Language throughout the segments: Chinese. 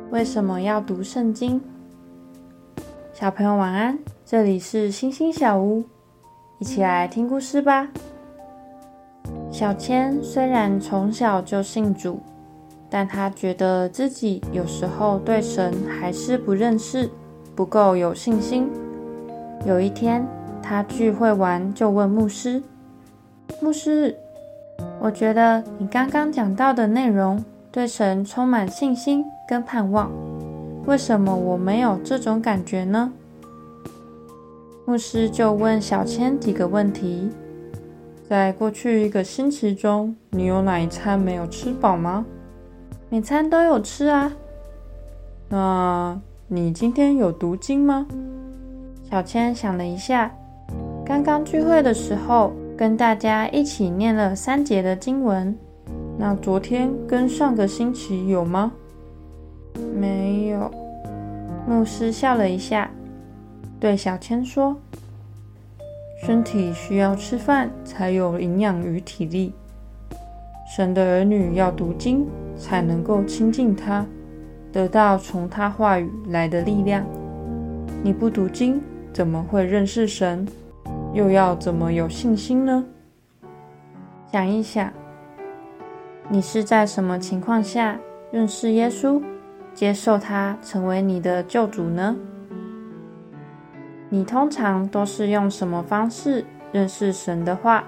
为什么要读圣经？小朋友晚安，这里是星星小屋，一起来听故事吧。小千虽然从小就信主，但他觉得自己有时候对神还是不认识，不够有信心。有一天，他聚会完就问牧师：牧师，我觉得你刚刚讲到的内容对神充满信心跟盼望，为什么我没有这种感觉呢？牧师就问小千几个问题。在过去1个星期中，你有哪一餐没有吃饱吗？每餐都有吃啊。那你今天有读经吗？小千想了一下，刚刚聚会的时候跟大家一起念了3节的经文，那昨天跟上个星期有吗？没有。牧师笑了一下，对小千说：身体需要吃饭才有营养与体力，神的儿女要读经才能够亲近他，得到从他话语来的力量。你不读经怎么会认识神？又要怎么有信心呢？想一想，你是在什么情况下认识耶稣，接受他成为你的救主呢？你通常都是用什么方式认识神的话？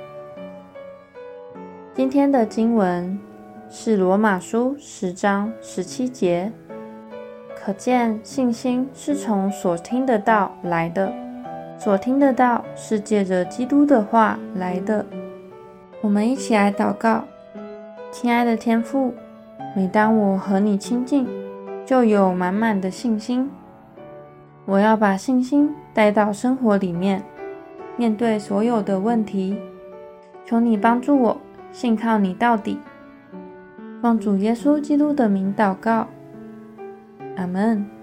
今天的经文是罗马书10章17节，可见信心是从所听的道来的，所听的道是借着基督的话来的。我们一起来祷告。亲爱的天父，每当我和你亲近，就有满满的信心。我要把信心带到生活里面，面对所有的问题。求你帮助我，信靠你到底。奉主耶稣基督的名祷告，阿们。